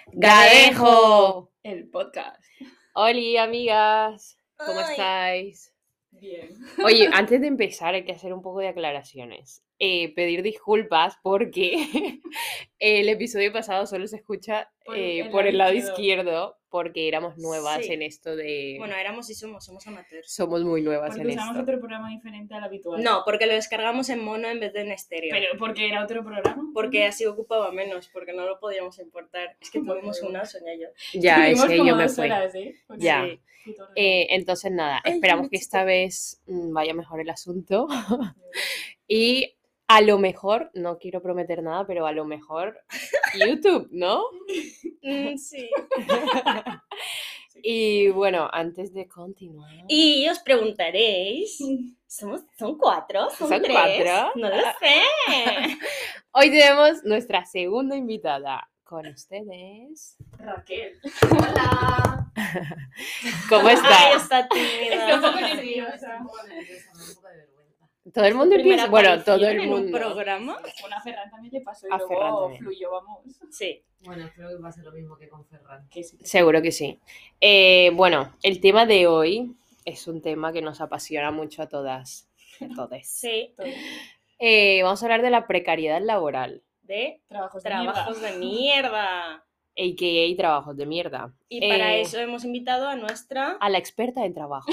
Gadejo. El podcast. Hola, amigas. ¿Cómo Ay. estáis? Bien. Oye, antes de empezar hay que hacer un poco de aclaraciones. Pedir disculpas porque el episodio pasado solo se escucha por el lado izquierdo porque éramos nuevas Sí. en esto de... Bueno, éramos y somos amateurs. Somos muy nuevas Porque en usamos esto. otro programa diferente al habitual. No, porque lo descargamos en mono en vez de en estéreo. Pero porque era otro programa. Porque así ocupaba menos, porque no lo podíamos importar. Es que tuvimos Bueno. una, Sonia y yo. Ya, Tuvimos ese como yo me 2 fui. horas, ¿eh? Con Ya. ese puto regalo. Entonces nada, Ay, esperamos qué que esta chico. vez vaya mejor el asunto. Y a lo mejor, no quiero prometer nada, pero a lo mejor YouTube, ¿no? Sí. Y bueno, antes de continuar... Y os preguntaréis, ¿son 4? ¿Son ¿Son 3? 4? No lo sé. Hoy tenemos nuestra segunda invitada con ustedes. Raquel. Hola. ¿Cómo Ay, está? está tímida. Está un poco Sí, nerviosa. estoy un poco nerviosa, me da un poco de vergüenza. Todo el mundo Primera empieza... Bueno, todo aparición el en un mundo. programa. Bueno, a Ferran también le pasó y A Ferran luego también. fluyó, vamos. Sí. Bueno, espero que pase lo mismo que con Ferran. Que sí. Seguro que sí. Bueno, el tema de hoy es un tema que nos apasiona mucho a todas. A todes. Sí. Vamos a hablar de la precariedad laboral, De Trabajos de trabajos mierda. de mierda. a.k.a. trabajos de mierda. Y para Eh, eso hemos invitado a nuestra... A la experta en trabajos.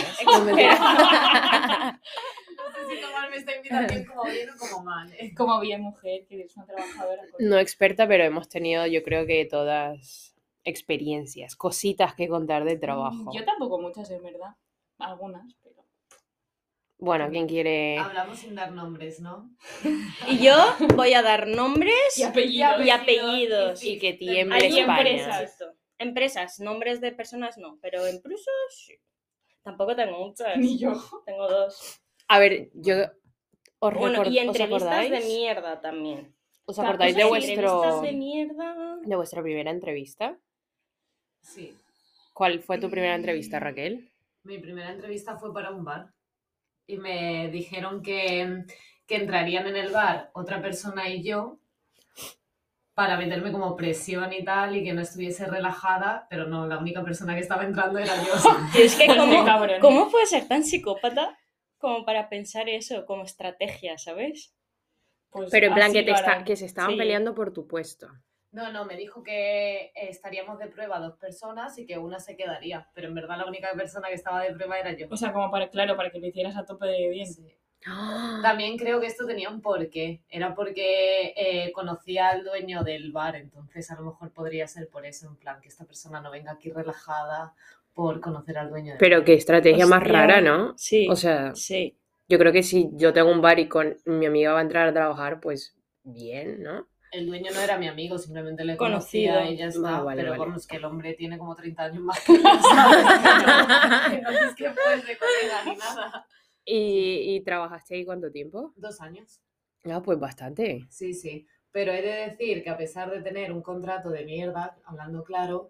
No sé si tomarme esta invitación como bien o como mal. Como bien mujer, que es una trabajadora. con- No experta, pero hemos tenido, yo creo que todas experiencias, cositas que contar de trabajo. Yo tampoco muchas, en verdad. Algunas, pero... Bueno, ¿quién quiere? Hablamos sin dar nombres, ¿no? Y yo voy a dar nombres Y apellidos. y apellidos. Y que de- tiemble Hay España. empresas. Empresas, nombres de personas no, pero empresas sí. Tampoco tengo muchas. Ni yo. Tengo 2. A ver, yo os, Bueno, y ¿os entrevistas acordáis? de mierda también. ¿Os acordáis de Entrevistas vuestro de mierda. de vuestra primera entrevista? Sí. ¿Cuál fue tu primera entrevista, Raquel? Mi primera entrevista fue para un bar. Y me dijeron que entrarían en el bar otra persona y yo para meterme como presión y tal y que no estuviese relajada, pero no, la única persona que estaba entrando era yo. Tío, es que Qué cabrón. ¿cómo puede ser tan psicópata como para pensar eso como estrategia, ¿sabes? Pues Pero en plan así que, lo harán. que se estaban Sí. peleando por tu puesto. No, me dijo que estaríamos de prueba 2 personas y que una se quedaría, pero en verdad la única persona que estaba de prueba era yo. O sea, como para, claro, para que lo hicieras a tope de bien. Sí. También creo que esto tenía un porqué. Era porque conocía al dueño del bar, entonces a lo mejor podría ser por eso, en plan, que esta persona no venga aquí relajada por conocer al dueño del Pero bar. qué estrategia más Hostia. rara, ¿no? Sí. O sea, Sí. yo creo que si yo tengo un bar y con mi amiga va a entrar a trabajar, pues bien, ¿no? El dueño no era mi amigo, simplemente le Conocido. conocía y ya está. Vale, pero vale. vamos, que el hombre tiene como 30 años más que yo, ¿sabes? Que no es que fuese colega ni nada. ¿Y trabajaste ahí cuánto tiempo? 2 años. Ah, pues bastante. Sí, sí. Pero he de decir que a pesar de tener un contrato de mierda, hablando claro,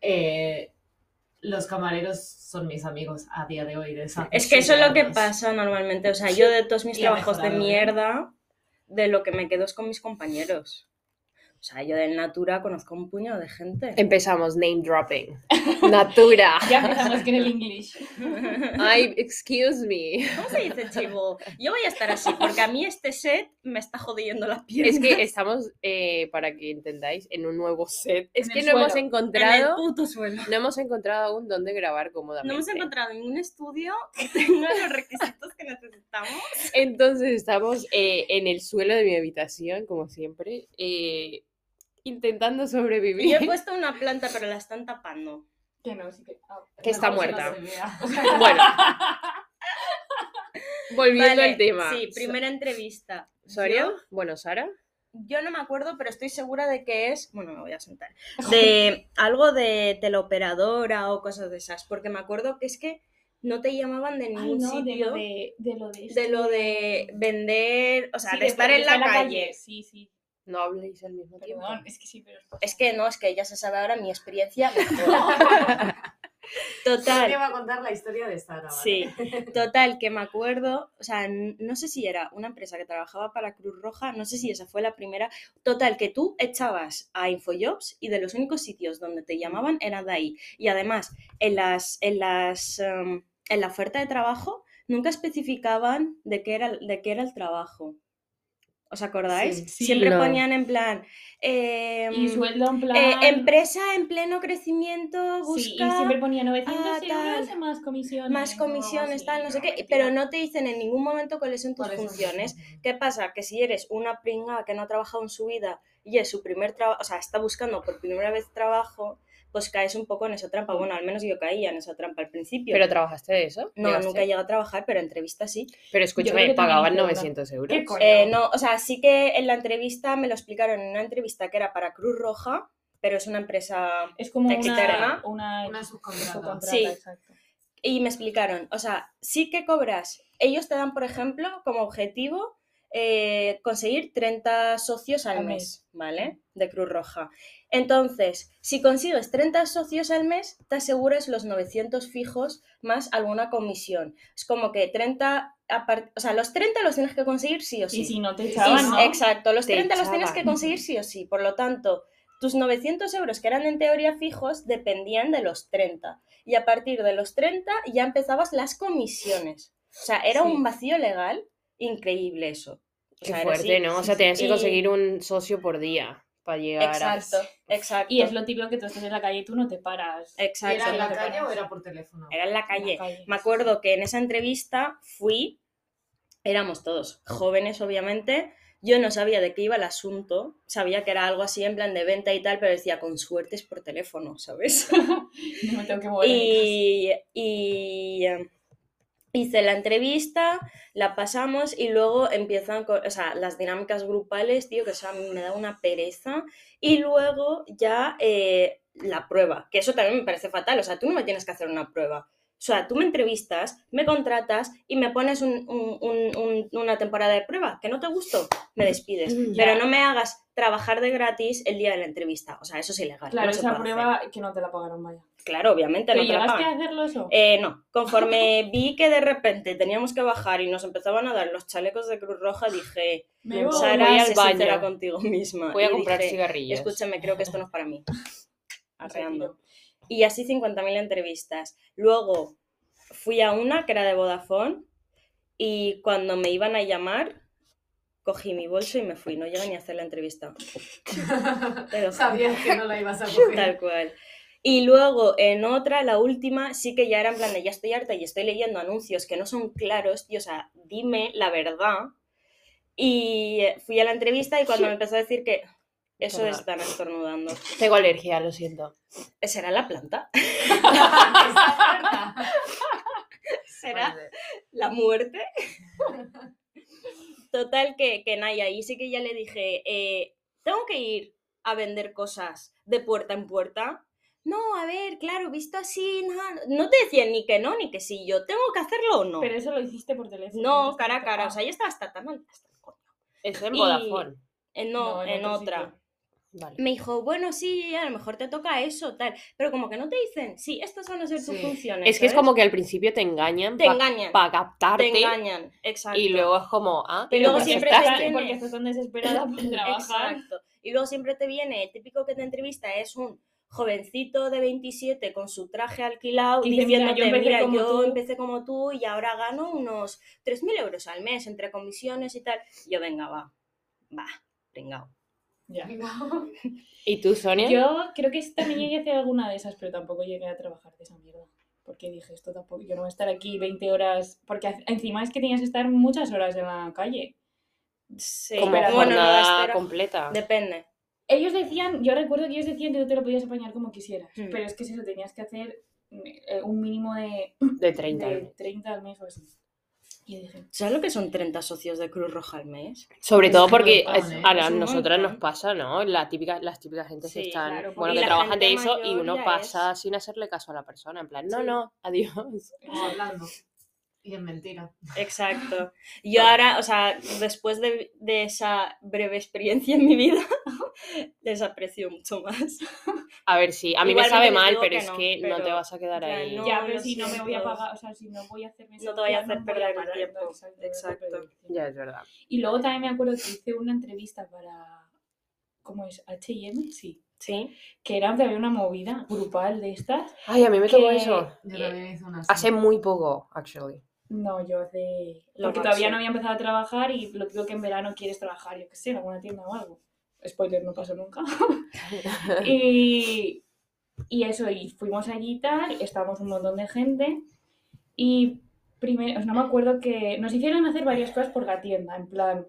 los camareros son mis amigos a día de hoy. Es que eso es lo que pasa normalmente. O sea, yo de todos mis Y ha trabajos de mejorado, ¿eh? mierda, de lo que me quedo es con mis compañeros. O sea, yo del Natura conozco un puñado de gente. Empezamos name dropping. Natura. Ya empezamos con el English. Ay, excuse me. ¿Cómo se dice, chivo? Yo voy a estar así, porque a mí este set me está jodiendo las piernas. Es que estamos, para que entendáis, en un nuevo set. Es En que el no hemos suelo. en el encontrado, puto suelo. no hemos encontrado aún dónde grabar cómodamente. No hemos encontrado ningún estudio que tenga los requisitos que necesitamos. Entonces estamos en el suelo de mi habitación, como siempre, intentando sobrevivir. Yo he puesto una planta, pero la están tapando. Que no, sí que... Que está Mejor que muerta. no se vea. Bueno, volviendo Vale, al tema. Sí, primera entrevista. ¿Soria? Bueno, Sara. Yo no me acuerdo, pero estoy segura de que es... Bueno, me voy a sentar. De algo de teleoperadora o cosas de esas. Porque me acuerdo que es que no te llamaban de Ay, ningún no, sitio. de lo de... De lo de vender... O sea, Sí, de estar en la estar calle. Sí, sí. No habléis al mismo tiempo. Perdón, es que sí, pero... Es que no, es que ya se sabe ahora mi experiencia. Total. Sonia va a contar la historia de Sara, ¿vale? Sí, total, que me acuerdo, o sea, no sé si era una empresa que trabajaba para Cruz Roja, no sé si esa fue la primera, total, que tú echabas a Infojobs y de los únicos sitios donde te llamaban era de ahí. Y además, en la oferta de trabajo nunca especificaban de qué era el trabajo. ¿Os acordáis? Sí. Siempre No. ponían en plan... Y sueldo en plan... empresa en pleno crecimiento, busca... Sí, y siempre ponía 900 tal. euros y más comisiones. más o algo comisiones, así, tal, no sé qué, mentira. pero no te dicen en ningún momento cuáles son tus ¿Cuáles son tus funciones. funciones? ¿Qué pasa? Que si eres una pringada que no ha trabajado en su vida y es su primer trabajo, o sea, está buscando por primera vez trabajo, pues caes un poco en esa trampa. Bueno, al menos yo caía en esa trampa al principio. ¿Pero trabajaste de eso? No, ¿Llegaste? nunca he llegado a trabajar, pero entrevista sí. Pero Yo creo escúchame, que también pagaban hice una. 900 euros. ¿Qué coño? No, o sea, sí que en la entrevista me lo explicaron en una entrevista que era para Cruz Roja, pero es una empresa Es como externa. una subcontrata. subcontrata, Sí. exacto. Y me explicaron, o sea, sí que cobras. Ellos te dan, por ejemplo, como objetivo conseguir 30 socios al Al mes, ¿vale? De Cruz Roja. Entonces, si consigues 30 socios al mes, te aseguras los 900 fijos más alguna comisión. Es como que 30, o sea, los 30 los tienes que conseguir sí o sí. Y si no te Y echaban, ¿no? exacto, los Te 30 los tienes que echaban. conseguir sí o sí. Por lo tanto, tus 900 euros, que eran en teoría fijos, dependían de los 30. Y a partir de los 30 ya empezabas las comisiones. O sea, era Sí. un vacío legal increíble eso. O Qué sea, era fuerte, así. ¿no? O sí, sea, sí. tenías que Y- conseguir un socio por día para llegar Exacto, exacto. Y es lo típico que tú estás en la calle y tú no te paras. ¿Y Exacto. era en la te calle paras. o era por teléfono? Era en la En calle. la calle. Me acuerdo que en esa entrevista éramos todos jóvenes, obviamente. Yo no sabía de qué iba el asunto, sabía que era algo así en plan de venta y tal, pero decía, con suerte es por teléfono, ¿sabes? No me tengo que mover de mi casa. Y hice la entrevista, la pasamos y luego empiezan o sea, las dinámicas grupales, tío, que eso a mí me da una pereza. Y luego ya la prueba, que eso también me parece fatal, o sea, tú no me tienes que hacer una prueba. O sea, tú me entrevistas, me contratas y me pones una temporada de prueba. ¿Que no te gustó? Me despides. Ya. Pero no me hagas trabajar de gratis el día de la entrevista. O sea, eso es ilegal. Claro, no se esa puede prueba hacer. que no te la pagaron, vaya. Claro, obviamente ¿Pero no te la llegaste pagan. a hacerlo eso? No, conforme vi que de repente teníamos que bajar y nos empezaban a dar los chalecos de Cruz Roja, dije, Me voy. Sara, Voy al sé baño. sincera contigo misma. Voy a Y comprar dije, cigarrillos. escúchame, creo que esto no es para mí. Y se Arreando. tiró. Y así 50.000 entrevistas. Luego fui a una que era de Vodafone y cuando me iban a llamar, cogí mi bolso y me fui. No llegué ni a hacer la entrevista. Pero- Sabías que no la ibas a coger. Tal cual. Y luego en otra, la última, sí que ya era en plan de ya estoy harta y estoy leyendo anuncios que no son claros, tío, o sea, dime la verdad. Y fui a la entrevista y cuando me empezó a decir que eso Perdón. están estornudando. Tengo alergia, lo siento. ¿Será la planta? Esa ¿Será puerta. la muerte? Total que Naya, ahí sí que ya le dije, tengo que ir a vender cosas de puerta en puerta. No, a ver, claro, visto así, no te decían ni que no ni que sí, yo tengo que hacerlo o no. Pero eso lo hiciste por teléfono. No, entonces cara a te cara, o tocaba. sea, ya estaba hasta tan alta hasta el coño. Eso en Y- Vodafone. No, en otro otra. sitio. Vale. Me dijo, bueno, sí, a lo mejor te toca eso, tal. Pero como que no te dicen, sí, estas van a ser tus Sí. funciones. Es que es ¿sabes? como que al principio te engañan Te engañan. para Te captarte engañan, exacto. y luego es como, Y luego pues siempre aceptaste. te viene- Porque estás tan desesperada por trabajar. Exacto. Y luego siempre te viene, el típico que te entrevista es un jovencito de 27 con su traje alquilado Y dice, mira, diciéndote, yo empecé empecé como tú y ahora gano unos 3.000 euros al mes entre comisiones y tal. Y yo, venga, va, pringao. Ya. ¿Y tú, Sonia? Yo creo que también llegué a hacer alguna de esas, pero tampoco llegué a trabajar de esa mierda. Porque dije, esto tampoco, yo no voy a estar aquí 20 horas, porque encima es que tenías que estar muchas horas en la calle. Sí, Como pero jornada esto era- completa. Depende. Ellos decían, yo recuerdo que ellos decían que tú te lo podías apañar como quisieras, Hmm. pero es que eso, tenías que hacer un mínimo de De 30. de 30 al mes o así. Y yo dije, ¿Sabes lo que son 30 socios de Cruz Roja al mes? Sobre Es todo un porque montón, ¿eh? a Es un nosotras montón. nos pasa, ¿no? Las típicas gente Sí, que están, claro, bueno, y que la trabajan de gente eso y mayor uno ya pasa sin hacerle caso a la persona, en plan, no, Sí. no, adiós. Como hablando. Y es mentira. Exacto. Yo ahora, o sea, después de esa breve experiencia en mi vida, les aprecio mucho más. A ver, sí, a mí me Igualmente sabe les mal, digo pero que es no, que no te pero vas a quedar ya ahí. no. Ya, pero lo si no me voy a siento. pagar, o sea, si no voy a hacerme No te voy a socia, hacer no voy perder el pagar, tiempo. exacto. Exacto. Ya, es verdad. Y luego también me acuerdo que hice una entrevista para, ¿cómo es? H&M, sí. Sí. Que era que había una movida grupal de estas. Ay, a mí me tocó que- eso. Yo también hice una así. Hace muy poco, actually. No, yo hace... Lo Porque todavía máximo. no había empezado a trabajar y lo digo que en verano quieres trabajar, yo qué sé, en alguna tienda o algo. Spoiler, no pasó nunca. y eso, y fuimos allí y tal, estábamos un montón de gente y primero, no me acuerdo que nos hicieron hacer varias cosas por la tienda, en plan,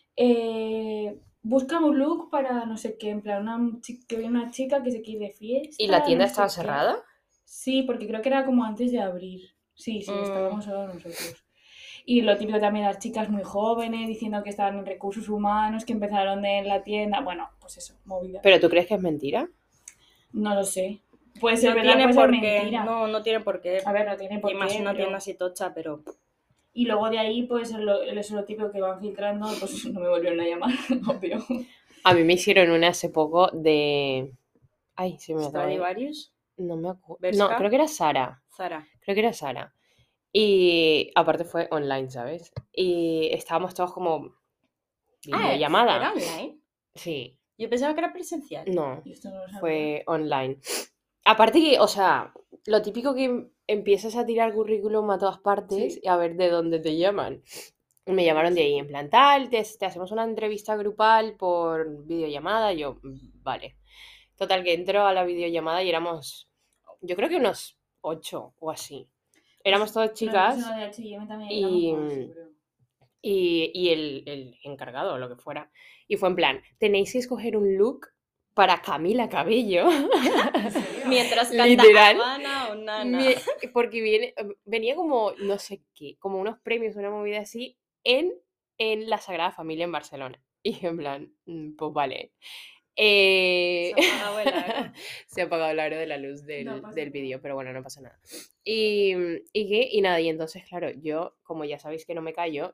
busca un look para no sé qué, en plan, que viene una chica que se quiere de fiesta. ¿Y la tienda no sé estaba qué. cerrada? Sí, porque creo que era como antes de abrir. Sí, estábamos solo nosotros. Y lo típico también, las chicas muy jóvenes diciendo que estaban en recursos humanos, que empezaron en la tienda. Bueno, pues eso, movida. ¿Pero tú crees que es mentira? No lo sé. Puede ser No verdad, tiene puede ser por qué. mentira. No tiene por qué. A ver, no tiene por Y más qué. una pero- tienda así tocha, pero... Y luego de ahí, pues eso es lo típico que van filtrando, pues no me volvieron a llamar, obvio. A mí me hicieron una hace poco de... Ay, se me acaba de... Stradivarius, No me acuerdo. Bershka. No, creo que era Sara. Zara. Creo que era Sara. Y aparte fue online, ¿sabes? Y estábamos todos como... videollamada. ¿Era online? Sí. Yo pensaba que era presencial. No, Y esto no lo sabía. fue online. Aparte que, o sea, lo típico que empiezas a tirar currículum a todas partes Sí. y a ver de dónde te llaman. Me llamaron de ahí, en plan tal, te hacemos una entrevista grupal por videollamada. Yo, vale. Total, que entro a la videollamada y éramos, yo creo que unos 8 o así. Éramos todas chicas No, de H&M también y- éramos más, yo creo. y el encargado o lo que fuera. Y fue en plan, tenéis que escoger un look para Camila Cabello. ¿En serio? Mientras canta Literal. Habana o Nana. Porque venía como, no sé qué, como unos premios, una movida así, en la Sagrada Familia en Barcelona. Y en plan, pues vale. Se ha apagado el aro. Se ha apagado el aro de la luz No pasa del nada. vídeo, pero bueno, no pasa nada. Y nada, y entonces, claro, yo, como ya sabéis que no me callo,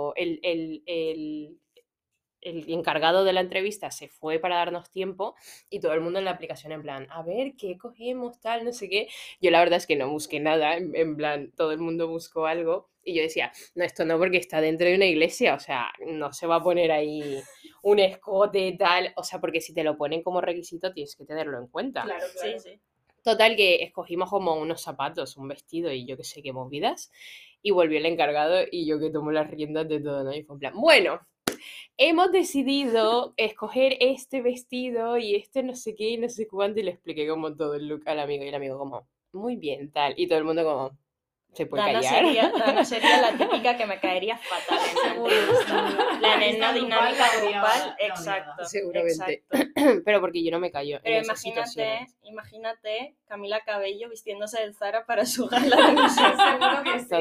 el encargado de la entrevista se fue para darnos tiempo y todo el mundo en la aplicación en plan, a ver, ¿qué cogemos? Tal, no sé qué. Yo la verdad es que no busqué nada, en plan, todo el mundo buscó algo y yo decía, no, esto no, porque está dentro de una iglesia, o sea, no se va a poner ahí un escote tal, o sea, porque si te lo ponen como requisito tienes que tenerlo en cuenta. Claro, claro. Sí. Total, que escogimos como unos zapatos, un vestido y yo qué sé qué movidas. Y volvió el encargado y yo que tomo las riendas de todo, ¿no? Y fue en plan, bueno, hemos decidido escoger este vestido y este no sé qué y no sé cuánto. Y le expliqué como todo el look al amigo y el amigo como, muy bien, tal. Y todo el mundo como, ¿se puede callar? Dana sería la típica que me caería fatal en esa entrevista. La nena dinámica grupal, exacto. Seguramente. Exacto. Pero porque yo no me callo Pero en esas situaciones. imagínate Camila Cabello vistiéndose del Zara para su gala de Miss. Seguro que sí.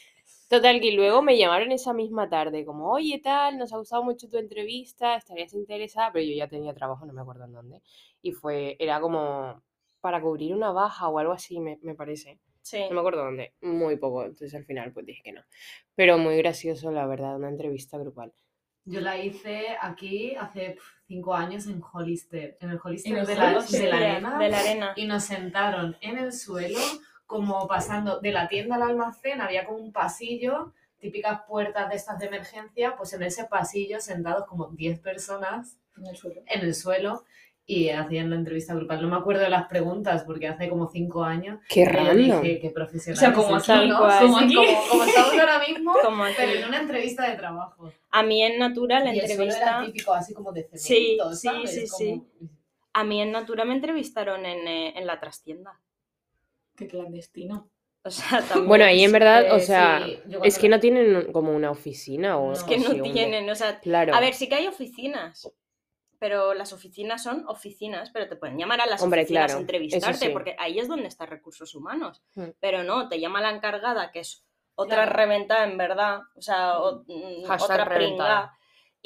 Total, que luego me llamaron esa misma tarde, como, oye, tal, nos ha gustado mucho tu entrevista, estarías interesada, pero yo ya tenía trabajo, no me acuerdo en dónde. Y era como para cubrir una baja o algo así, me parece. Sí. No me acuerdo dónde, muy poco, entonces al final pues dije que no. Pero muy gracioso, la verdad, una entrevista grupal. Yo la hice aquí hace 5 años en Hollister, en el Hollister ¿En el de la Hollister? arena, De la arena. y nos sentaron en el suelo, como pasando de la tienda al almacén, había como un pasillo, típicas puertas de estas de emergencia, pues en ese pasillo sentados como 10 personas en el suelo y hacían la entrevista grupal. No me acuerdo de las preguntas porque hace como 5 años. ¡Qué Pero random! dije, qué profesional. O sea, como es aquí, esto, ¿no? ¿no? Como Sí, aquí. como estamos ahora mismo, Como aquí. pero en una entrevista de trabajo. A mí en Natura la Y el suelo era entrevista... típico, así como de Sí, cemento, sí, ¿sabes? sí, Como... A mí en Natura me entrevistaron en la trastienda. Qué clandestino. O sea, también... Bueno, ahí en verdad, o sí, sea, sí, yo es cuando que la- no tienen como una oficina o No. Es que o no sí, tienen, o sea... Claro. A ver, sí que hay oficinas, pero las oficinas son oficinas, pero te pueden llamar a las Hombre, oficinas claro, a entrevistarte, eso sí. porque ahí es donde está recursos humanos. Mm. Pero no, te llama la encargada, que es otra Claro. reventada en verdad, o sea, Hashtag otra reventada. pringa,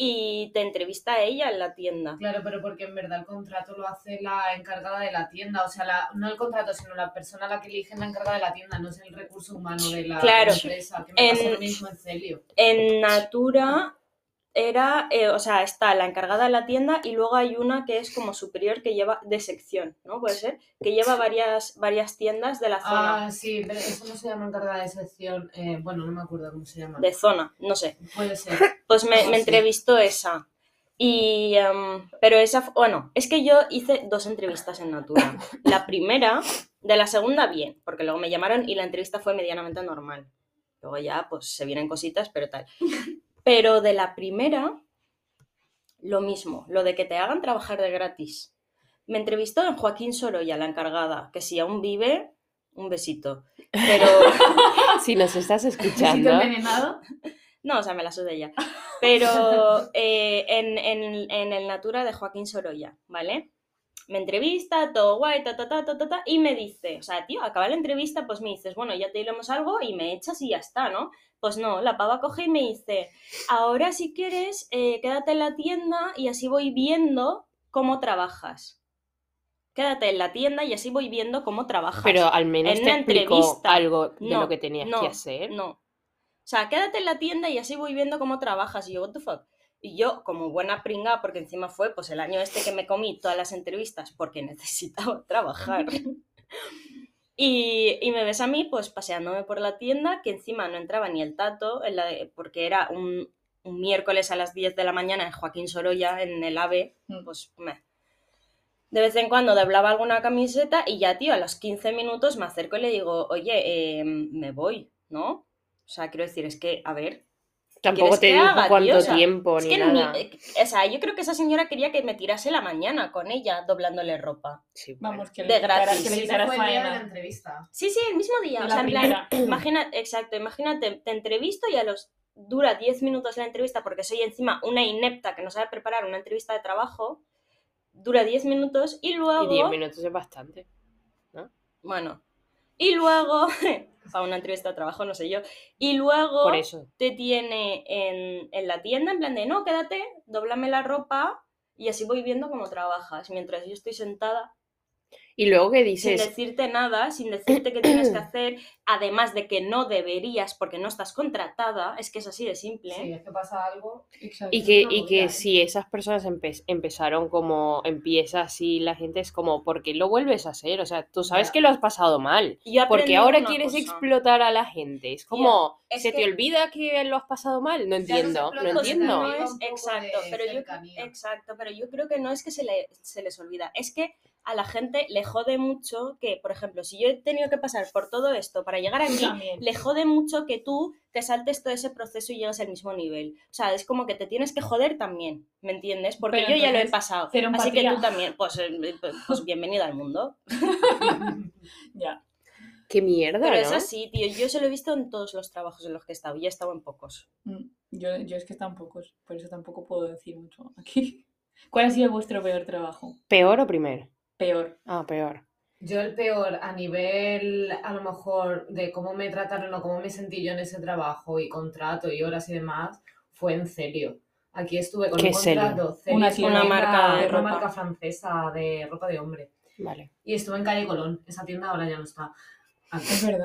y te entrevista a ella en la tienda. Claro, pero porque en verdad el contrato lo hace la encargada de la tienda, o sea, no el contrato, sino la persona a la que eligen la encargada de la tienda, no es el recurso humano de la Claro. empresa, que me pasó lo mismo en Celio. En Natura era, o sea, está la encargada de la tienda y luego hay una que es como superior que lleva de sección, ¿no? Puede ser, que lleva varias tiendas de la zona. Ah, sí, pero eso no se llama encargada de sección. Bueno, no me acuerdo cómo se llama. De zona, no sé. Puede ser. Pues me entrevistó esa. Y, pero esa, bueno, es que yo hice 2 entrevistas en Natura. La primera, de la segunda bien, porque luego me llamaron y la entrevista fue medianamente normal. Luego ya, pues se vienen cositas, pero tal. Pero de la primera, lo mismo, lo de que te hagan trabajar de gratis. Me entrevistó en Joaquín Sorolla, la encargada, que si aún vive, un besito. Pero Si nos estás ¿Besito escuchando, envenenado? no, o sea, me la sudé ya. Pero en el Natura de Joaquín Sorolla, ¿vale? Me entrevista, todo guay, y me dice, o sea, tío, acaba la entrevista, pues me dices, bueno, ya te diremos algo y me echas y ya está, ¿no? Pues no, la pava coge y me dice, ahora si quieres, quédate en la tienda y así voy viendo cómo trabajas. Quédate en la tienda y así voy viendo cómo trabajas. pero al menos En te una explicó entrevista. algo de No, lo que tenías que hacer. No. O sea, quédate en la tienda y así voy viendo cómo trabajas. Y yo, what the fuck. Y yo, como buena pringa, porque encima fue pues el año este que me comí todas las entrevistas porque necesitaba trabajar. Y me ves a mí, pues paseándome por la tienda, que encima no entraba ni el tato, porque era un miércoles a las 10 de la mañana en Joaquín Sorolla, en el AVE, pues de vez en cuando doblaba alguna camiseta y ya, tío, a los 15 minutos me acerco y le digo, oye, me voy, ¿no? O sea, quiero decir, es que, a ver, Tampoco te que dijo haga, cuánto tío? O sea, tiempo es ni que nada. o sea, yo creo que esa señora quería que me tirase la mañana con ella doblándole ropa. Sí, bueno. Vamos, que De le quitara, gratis. que le Ese quitara fue el día de la faena. entrevista. Sí, el mismo día. De O la sea, en plan, primera. imagínate, te entrevisto y dura 10 minutos la entrevista porque soy encima una inepta que no sabe preparar una entrevista de trabajo. Dura 10 minutos y luego... Y 10 minutos es bastante, ¿no? Bueno, y luego, para una entrevista de trabajo, no sé yo, y luego Por eso. te tiene en la tienda en plan de, no, quédate, dóblame la ropa y así voy viendo cómo trabajas, mientras yo estoy sentada Y luego que sin dices, decirte nada, sin decirte qué tienes que hacer, además de que no deberías porque no estás contratada, es que es así de simple. Sí, es que pasa algo. Exacto. y que, una y que movida, ¿eh? si esas personas empezaron como empieza así, la gente es como, ¿por qué lo vuelves a hacer? O sea, tú sabes Ya. que lo has pasado mal. Y yo Porque aprendí ahora una quieres cosa. explotar a la gente. Es como, es ¿se que- te olvida que lo has pasado mal? No Ya no se entiendo, explota, no Pues entiendo. no Iba es un poco exacto, de pero cercanía. pero yo creo que no es que se les olvida, es que a la gente le jode mucho que, por ejemplo, si yo he tenido que pasar por todo esto para llegar Tú aquí, también. le jode mucho que tú te saltes todo ese proceso y llegues al mismo nivel. O sea, es como que te tienes que joder también, ¿me entiendes? Porque Pero yo ya lo he entonces, pasado. cero Así que empatía. tú también, pues bienvenida al mundo. Ya. Qué mierda, Pero ¿no? es así, tío. Yo se lo he visto en todos los trabajos en los que he estado y he estado en pocos. Yo es que están pocos, por eso tampoco puedo decir mucho aquí. ¿Cuál ha sido vuestro peor trabajo? ¿Peor o primero? Peor. Ah, peor. Yo el peor a nivel, a lo mejor, de cómo me trataron o cómo me sentí yo en ese trabajo y contrato y horas y demás, fue en Celio. Aquí estuve con ¿Qué un es Celio? contrato. Celio Una es tienda marca de una ropa. marca francesa de ropa de hombre. Vale. Y estuve en Calle Colón. Esa tienda ahora ya no está. Es verdad.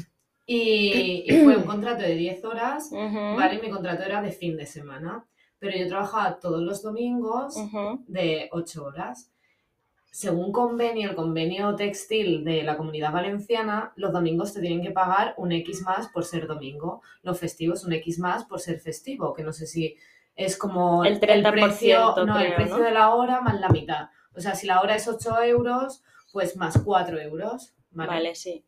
Y fue un contrato de 10 horas, Ujú, ¿vale? Y mi contrato era de fin de semana. Pero yo trabajaba todos los domingos ujú. de 8 horas. Según convenio, el convenio textil de la Comunidad Valenciana, los domingos te tienen que pagar un X más por ser domingo. Los festivos un X más por ser festivo, que no sé si es como El 30%, precio, no, el creo, precio ¿no? de la hora más la mitad. O sea, si la hora es 8 euros, pues más 4 euros, ¿vale? Vale, sí.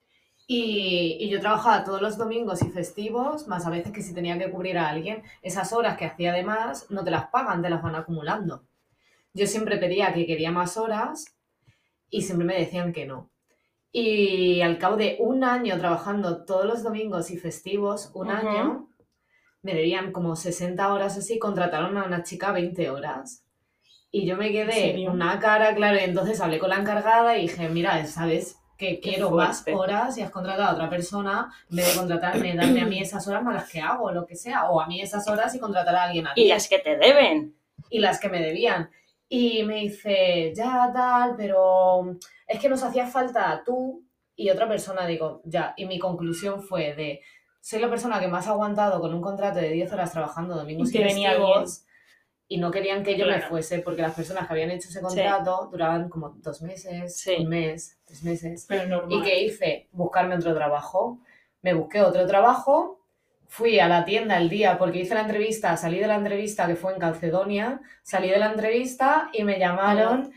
Y yo trabajaba todos los domingos y festivos, más a veces que si tenía que cubrir a alguien, esas horas que hacía de más no te las pagan, te las van acumulando. Yo siempre pedía que quería más horas y siempre me decían que no. Y al cabo de un año trabajando todos los domingos y festivos, un Ujú. año, me debían como 60 horas así, contrataron a una chica 20 horas. Y yo me ¿En quedé serio? una cara, claro, y entonces hablé con la encargada y dije, mira, ¿sabes? Que Qué quiero más fuerte. horas y has contratado a otra persona, en vez de contratarme, darme a mí esas horas más las que hago, lo que sea, o a mí esas horas y contratar a alguien a Y 10. las que te deben. Y las que me debían. Y me dice, ya tal, pero es que nos hacía falta tú y otra persona, digo, ya. Y mi conclusión fue de, soy la persona que más ha aguantado con un contrato de 10 horas trabajando domingos Y te venía bien. festivos y no querían que yo me Claro. fuese porque las personas que habían hecho ese contrato duraban como 2 meses, Sí. un mes, 3 meses. Pero normal. ¿Y qué hice? Buscarme otro trabajo. Me busqué otro trabajo, fui a la tienda el día porque hice la entrevista, salí de la entrevista que fue en Calcedonia, salí de la entrevista y me llamaron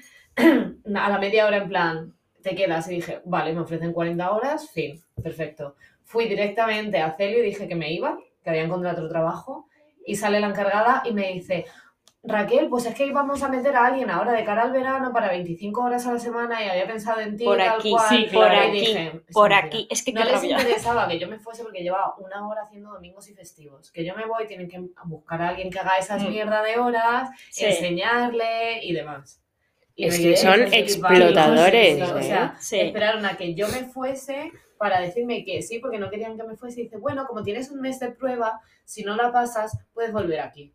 a la media hora en plan, te quedas, y dije, vale, me ofrecen 40 horas, fin, perfecto. Fui directamente a Celio y dije que me iba, que había encontrado otro trabajo, y sale la encargada y me dice, Raquel, pues es que íbamos a meter a alguien ahora de cara al verano para 25 horas a la semana y había pensado en ti Por tal aquí, cual. sí, por claro. aquí, Y dije, "Es por mentira". aquí. Es que No qué les rabia. interesaba que yo me fuese porque llevaba 1 hora haciendo domingos y festivos. Que yo me voy, tienen que buscar a alguien que haga esas mierda de horas, Sí. enseñarle y demás. Y Es me que quedé son flipando. explotadores, Sí, o ¿eh? sea, Sí. esperaron a que yo me fuese para decirme que sí, porque no querían que me fuese. Y dice, bueno, como tienes un mes de prueba, si no la pasas, puedes volver aquí.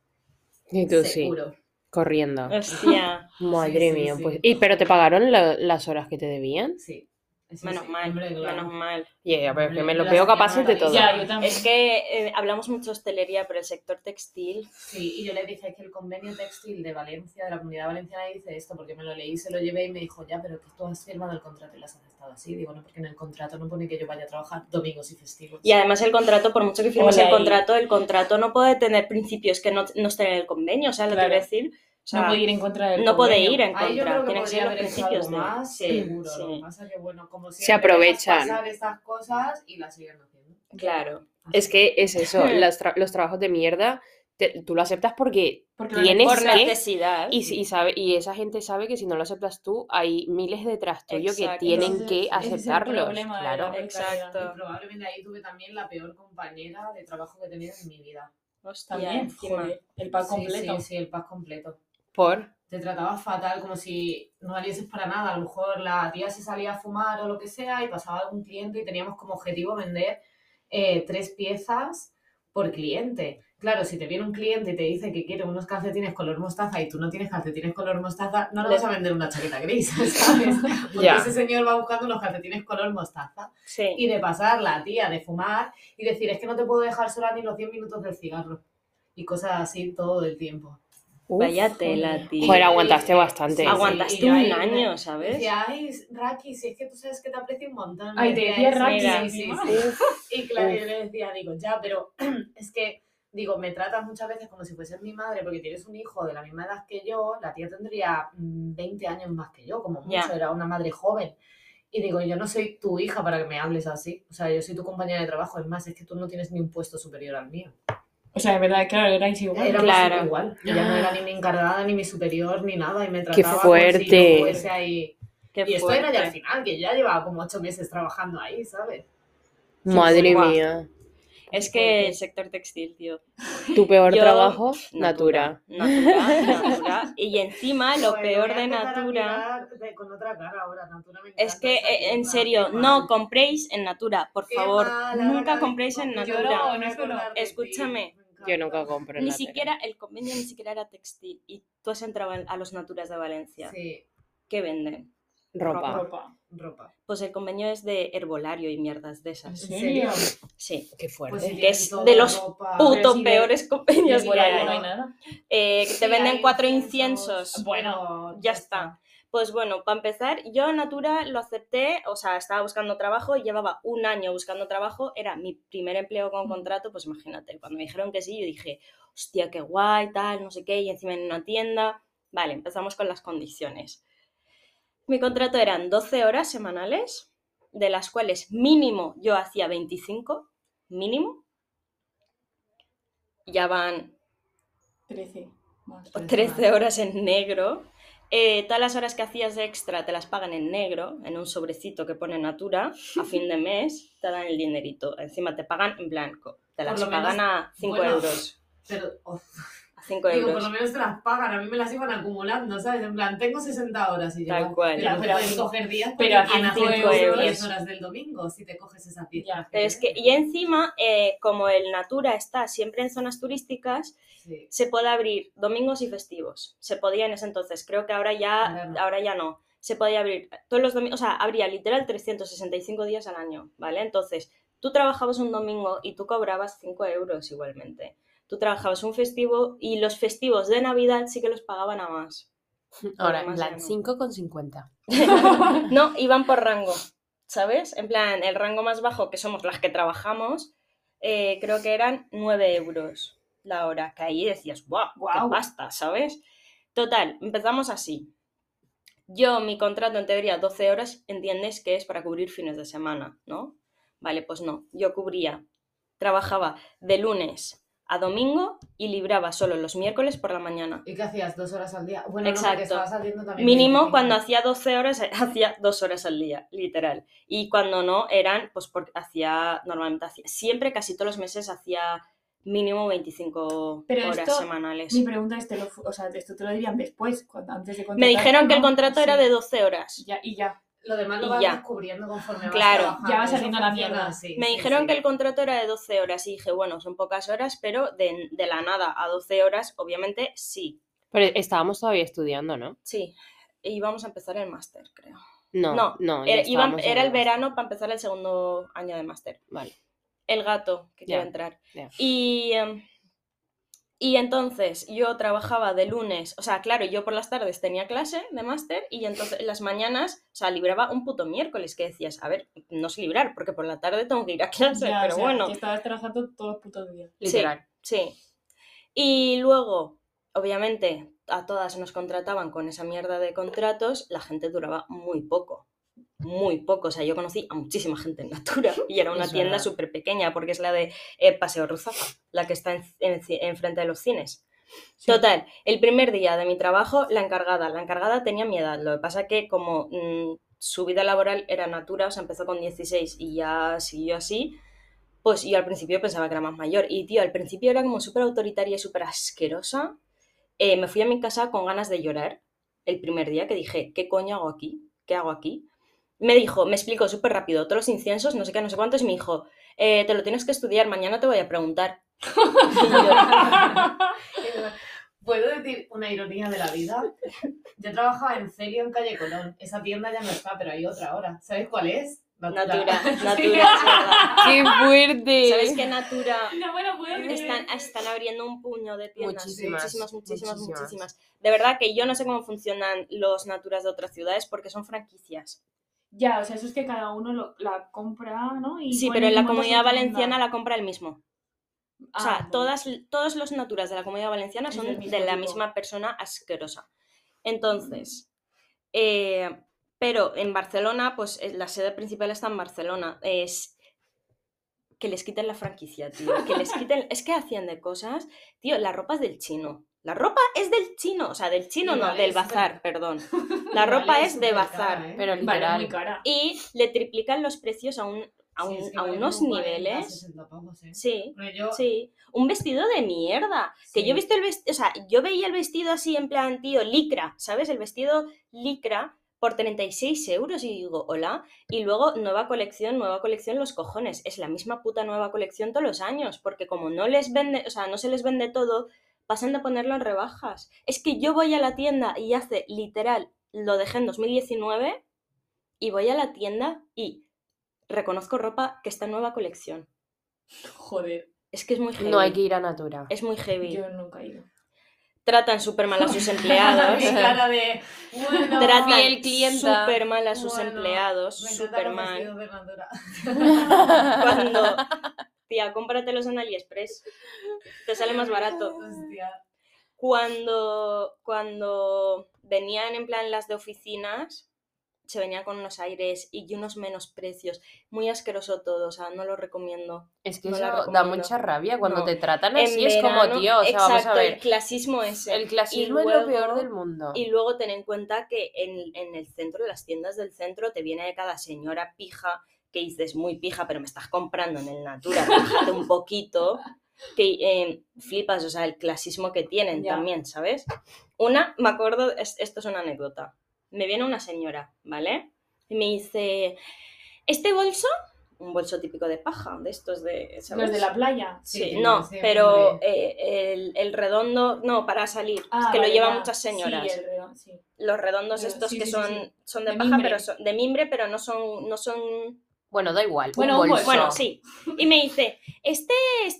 Y tú sí, Seguro. corriendo. Hostia, Madre Sí, sí, mía, sí. pues. ¿Pero te pagaron las horas que te debían? Sí. Eso menos sí, mal, hombre, claro. menos mal. Yeah, pero es que Hombre, me yo lo las veo tenía capaces de todo. Ya, yo también. Es que hablamos mucho de hostelería, pero el sector textil... Sí, y yo le dije que el convenio textil de Valencia, de la Comunidad Valenciana, dice esto, porque me lo leí, se lo llevé y me dijo, ya, pero que tú has firmado el contrato y lo has aceptado así. Digo, no, porque en el contrato no pone que yo vaya a trabajar domingos y festivos. Y además el contrato, por mucho que firmes Hola, el contrato no puede tener principios que no estén en el convenio, o sea, lo que Claro. quiero decir... O sea, No puede ir en contra del no puede convenio. ir en Ahí yo contra, creo que tienen que ser podría los haber hecho principios algo de... más, Sí, seguro. sí. Lo que pasa que, bueno, como Se siempre, dejas aprovechan. pasar estas cosas y las siguen haciendo. Claro. Es que es eso, los trabajos de mierda, tú lo aceptas porque Porque lo tienes Por que... necesidad. Y esa gente sabe que si no lo aceptas tú, hay miles detrás tuyo que Exacto. tienen Ese es- que ese es el aceptarlos. problema de Claro. la precariedad. Exacto. Y probablemente ahí tuve también la peor compañera de trabajo que he tenido en mi vida. Hostia, También, encima. joder, el pack completo. Sí, el pack completo. Por... Te trataba fatal, como si no valieses para nada. A lo mejor la tía se salía a fumar o lo que sea y pasaba algún cliente y teníamos como objetivo vender 3 piezas por cliente. Claro, si te viene un cliente y te dice que quiere unos calcetines color mostaza y tú no tienes calcetines color mostaza, no le vas a vender una chaqueta gris, ¿sabes? Porque Ya. ese señor va buscando unos calcetines color mostaza. Sí. Y de pasar la tía de fumar y decir, es que no te puedo dejar sola ni los 10 minutos del cigarro. Y cosas así todo el tiempo. Uf, Vaya tela, tío. Joder, aguantaste bastante. Aguantaste y yo un ahí año, me ¿sabes? Decía, ay, Raki, si es que tú sabes que te aprecio un montón. Ay, Me te decía decía eso. Raki Sí, encima. Y claro, yo le decía, digo, ya, pero es que, digo, me tratas muchas veces como si fueses mi madre porque tienes un hijo de la misma edad que yo, la tía tendría 20 años más que yo, como mucho, Ya. era una madre joven. Y digo, yo no soy tu hija para que me hables así. O sea, yo soy tu compañera de trabajo. Es más, es que tú no tienes ni un puesto superior al mío. O sea, de verdad, claro, erais igual. Éramos Claro. igual. Ella no era ni mi encargada, ni mi superior, ni nada. Y me Qué trataba como si fuerte. yo fuese ahí. Qué Y esto era ya al fuerte. final, que yo ya llevaba como 8 meses trabajando ahí, ¿sabes? Madre Buah. mía. Es que el sector textil, tío. Tu peor Yo- trabajo, Natura. Natura. Y encima, lo Joder, peor voy a de empezar a Natura... mirar con otra cara ahora, Natura me Es encanta que, esa tienda, en serio, qué no mal. compréis en Natura, por Qué favor. mal, ahora Nunca cada vez compréis que en compro yo Natura. me voy a No, solo- acordar de ti, Escúchame. me encanta. Yo nunca compro en Ni Natura. siquiera, el convenio ni siquiera era textil. Y tú has entrado a los Naturas de Valencia. Sí, ¿Qué venden? Ropa. ropa. Pues el convenio es de herbolario y mierdas de ¿En esas. serio? Sí. Qué Pues fuerte. si Que tienen es toda de los ropa. Pero Puto si de- peores Y convenios el que hay. no hay nada. Que Sí, te venden hay 4 inciensos. Bueno, Ya está. Pues bueno, para empezar, yo Natura lo acepté, o sea, estaba buscando trabajo, llevaba un año buscando trabajo, era mi primer empleo con contrato, pues imagínate, cuando me dijeron que sí, yo dije, hostia, qué guay, tal, no sé qué, y encima en una tienda. Vale, empezamos con las condiciones. Mi contrato eran 12 horas semanales, de las cuales mínimo yo hacía 25, mínimo. Ya van 13 más. 13 horas en negro. Todas las horas que hacías de extra te las pagan en negro, en un sobrecito que pone Natura, a fin de mes te dan el dinerito. Encima te pagan en blanco. Te Por las lo pagan menos, a 5 bueno, euros. Pero, A 5 digo, por euros. lo menos te las pagan, a mí me las iban acumulando, ¿sabes? En plan, tengo 60 horas y yo, Tal cual. Pero Pero puedes a coger días pero a porque 5 5 euros. 10 horas del domingo si te coges esas 10 Ya. horas. Pero es que, y encima, como el Natura está siempre en zonas turísticas, Sí. se puede abrir domingos y festivos. Se podía en ese entonces, creo que ahora ya no. Se podía abrir todos los domingos, o sea, abría literal 365 días al año, ¿vale? Entonces, Tú trabajabas un domingo y tú cobrabas 5 euros igualmente. Tú trabajabas un festivo y los festivos de Navidad sí que los pagaban a más. Ahora, en Además, plan, ya no. 5,50. No, iban por rango, ¿sabes? En plan, el rango más bajo, que somos las que trabajamos, creo que eran 9 euros la hora. Que ahí decías, ¡guau! ¡Qué Guau. pasta! ¿Sabes? Total, empezamos así. Yo, mi contrato en teoría 12 horas, entiendes que es para cubrir fines de semana, ¿no? Vale, pues no. Yo trabajaba de lunes a domingo y libraba solo los miércoles por la mañana. ¿Y qué hacías? ¿2 horas al día? Bueno, Exacto. no, porque estabas haciendo también Mínimo 25. cuando hacía 12 horas, hacía 2 horas al día, literal. Y cuando no, eran, pues porque siempre, casi todos los meses, hacía mínimo 25 Pero horas esto, semanales. Mi pregunta es, esto te lo dirían después, antes de contratar. Me dijeron que el contrato era de 12 horas. Y ya. Lo demás lo Y vas ya. descubriendo conforme vas Claro. trabajando. Ya vas Eso haciendo la funciona mierda. así, Me sí, dijeron sí. que el contrato era de 12 horas y dije, bueno, son pocas horas, pero de la nada a 12 horas, obviamente, sí. Pero estábamos todavía estudiando, ¿no? Sí. Y íbamos a empezar el máster, creo. No, ya era estábamos en el máster. verano para empezar el segundo año de máster. Vale. El gato que Ya, quiere entrar. ya. Y entonces yo trabajaba de lunes, o sea, claro, yo por las tardes tenía clase de máster y entonces en las mañanas, o sea, libraba un puto miércoles que decías, a ver, no sé librar porque por la tarde tengo que ir a clase, Ya, pero o sea, bueno. que estabas trabajando todos los putos días. Literal. Sí. Y luego, obviamente, a todas nos contrataban con esa mierda de contratos, la gente duraba muy poco. Muy poco, o sea, yo conocí a muchísima gente en Natura y era una Es tienda verdad. súper pequeña porque es la de Paseo Ruzafa, la que está enfrente de los cines. Sí. Total, el primer día de mi trabajo, la encargada tenía mi edad, lo que pasa que como su vida laboral era Natura, o sea, empezó con 16 y ya siguió así, pues yo al principio pensaba que era más mayor y tío, al principio era como súper autoritaria y súper asquerosa. Me fui a mi casa con ganas de llorar el primer día, que dije, ¿qué coño hago aquí? ¿Qué hago aquí? Me explicó súper rápido todos los inciensos, no sé qué, no sé cuántos, y me dijo, te lo tienes que estudiar, mañana te voy a preguntar. ¿Puedo decir una ironía de la vida? Yo trabajaba en Cerio en Calle Colón. Esa tienda ya no está, pero hay otra ahora. ¿Sabes cuál es? Natura, Sí. es verdad. ¡Qué fuerte! ¿Sabes qué Natura? No me lo puedo creer. Están abriendo un puño de tiendas. Muchísimas. Muchísimas. De verdad que yo no sé cómo funcionan los Naturas de otras ciudades porque son franquicias. Ya, o sea, eso es que cada uno la compra, ¿no? Y Sí, pone pero en la y monta su Comunidad tienda. Valenciana la compra el mismo. O sea, bueno. todos los Naturas de la Comunidad Valenciana Es son del mismo de la tipo. misma persona asquerosa. Entonces, pero en Barcelona, pues la sede principal está en Barcelona. Es que les quiten la franquicia, tío. Que les quiten... Es que hacían de cosas... Tío, la ropa es del chino. La ropa es del chino. O sea, del chino Y no, vale del bazar, súper- perdón. La ropa Vale, es de súper bazar. cara, ¿eh? Pero Vale, literal. muy cara. Y le triplican los precios a Sí, es que a vale unos como 40, niveles. 60 pavos, ¿eh? Sí, Pero yo... sí. Un vestido de mierda. Que Sí. yo he visto el vestido, o sea, yo veía el vestido así en plan, tío, licra, ¿sabes? El vestido licra por 36 euros y digo, hola. Y luego nueva colección, los cojones. Es la misma puta nueva colección todos los años, porque como no les vende, o sea, no se les vende todo, pasan de ponerlo en rebajas. Es que yo voy a la tienda y hace literal, lo dejé en 2019 y voy a la tienda y reconozco ropa que está en nueva colección. Joder, Es que es muy heavy. No hay que ir a Natura. Es muy heavy. yo nunca he ido. Tratan súper mal a sus empleados. Mi cara de... Bueno, Tratan Fiel clienta. súper mal a sus bueno, empleados. me encantan Súper los mal. vestidos de Natura. Cuando... Tía, cómpratelos en AliExpress. Te sale más barato. Hostia. Cuando venían en plan las de oficinas, se venían con unos aires y unos menos precios. Muy asqueroso todo, o sea, no lo recomiendo. Es que No eso la da recomiendo. mucha rabia cuando No. te tratan En así. Es como, verano, tío, o sea, vamos a exacto, el ver. clasismo ese. El clasismo Y es lo luego- peor del mundo. Y luego ten en cuenta que en el centro, en las tiendas del centro, te viene de cada señora pija que dices, muy pija, pero me estás comprando en el Natura, bájate un poquito, que flipas, o sea, el clasismo que tienen Ya. también, ¿sabes? Me acuerdo, esto es una anécdota, me viene una señora, ¿vale? Y me dice, ¿este bolso? Un bolso típico de paja, de estos de... ¿sabes? ¿Los de la playa? Sí, Sí, no, sí, pero hombre. el redondo, no, para salir, Ah, es que lo vale, llevan ya. muchas señoras. Sí, el redondo, sí. Los redondos Pero- estos sí, que sí, son, sí. son de De paja, mimbre. pero son de mimbre, pero no son Bueno, da igual. Bueno, un bolso. Bueno, sí. Y me dice, ¿este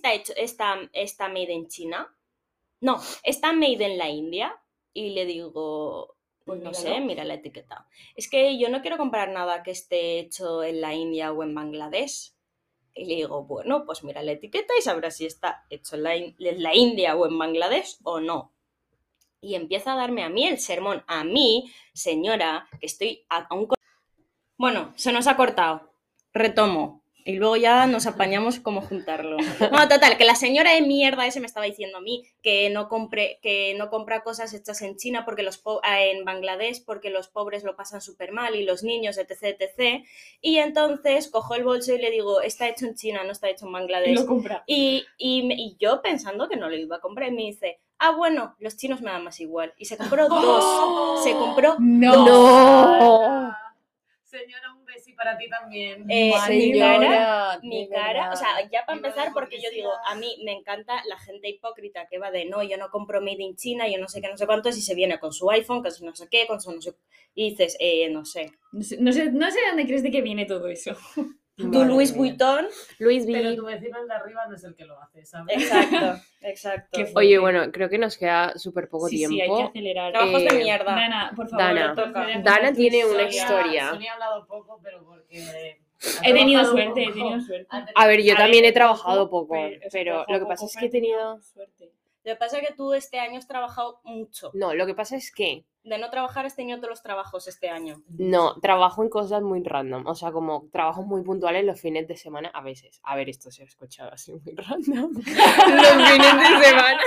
está made in China? No, está made en la India. Y le digo, Pues no míralo. sé, mira la etiqueta. Es que yo no quiero comprar nada que esté hecho en la India o en Bangladesh. Y le digo, bueno, pues mira la etiqueta y sabrás si está hecho en la India o en Bangladesh o no. Y empieza a darme a mí el sermón. A mí, señora, que estoy aún... Bueno, se nos ha cortado. Retomo. Y luego ya nos apañamos como juntarlo. Bueno, total, que la señora de mierda ese me estaba diciendo a mí que no compra cosas hechas en China porque en Bangladesh porque los pobres lo pasan súper mal y los niños, etc, etc. Y entonces cojo el bolso y le digo, está hecho en China, no está hecho en Y Bangladesh. lo compra. Y yo pensando que no lo iba a comprar y me dice, bueno, los chinos me dan más igual. Y se compró dos. Se compró No. dos. ¡No! Señora, un beso para ti también. Mi Señora, cara, o sea, ya para Viva la empezar, porque yo hipocresía. digo, a mí me encanta la gente hipócrita que va de no, yo no compro made in China, yo no sé qué, no sé cuántos, y se viene con su iPhone, con su no sé qué, con su no sé. Y dices, no sé. No sé de dónde crees de que viene todo eso. Tu Madre Louis mía. Vuitton. Louis Pero V. tu vecino el de arriba no es el que lo hace, ¿sabes? Exacto, exacto. Qué Oye, fuerte. bueno, creo que nos queda súper poco Sí, tiempo. sí, hay que acelerar. Trabajos de Eh, mierda. Dana, por favor, Dana. procede a contar Dana tu tiene una historia. historia. Sonia ha hablado poco, pero porque... He tenido trabajado suerte, he poco. tenido suerte. A ver, yo A también ver, he trabajado poco, poco, pero lo que pasa es que he tenido... suerte. Lo que pasa es que tú este año has trabajado mucho. No, lo que pasa es que De no trabajar has tenido todos los trabajos este año. no, trabajo en cosas muy random, o sea, como trabajos muy puntuales los fines de semana, a veces. A ver, esto se ha escuchado así muy random. Los fines de semana.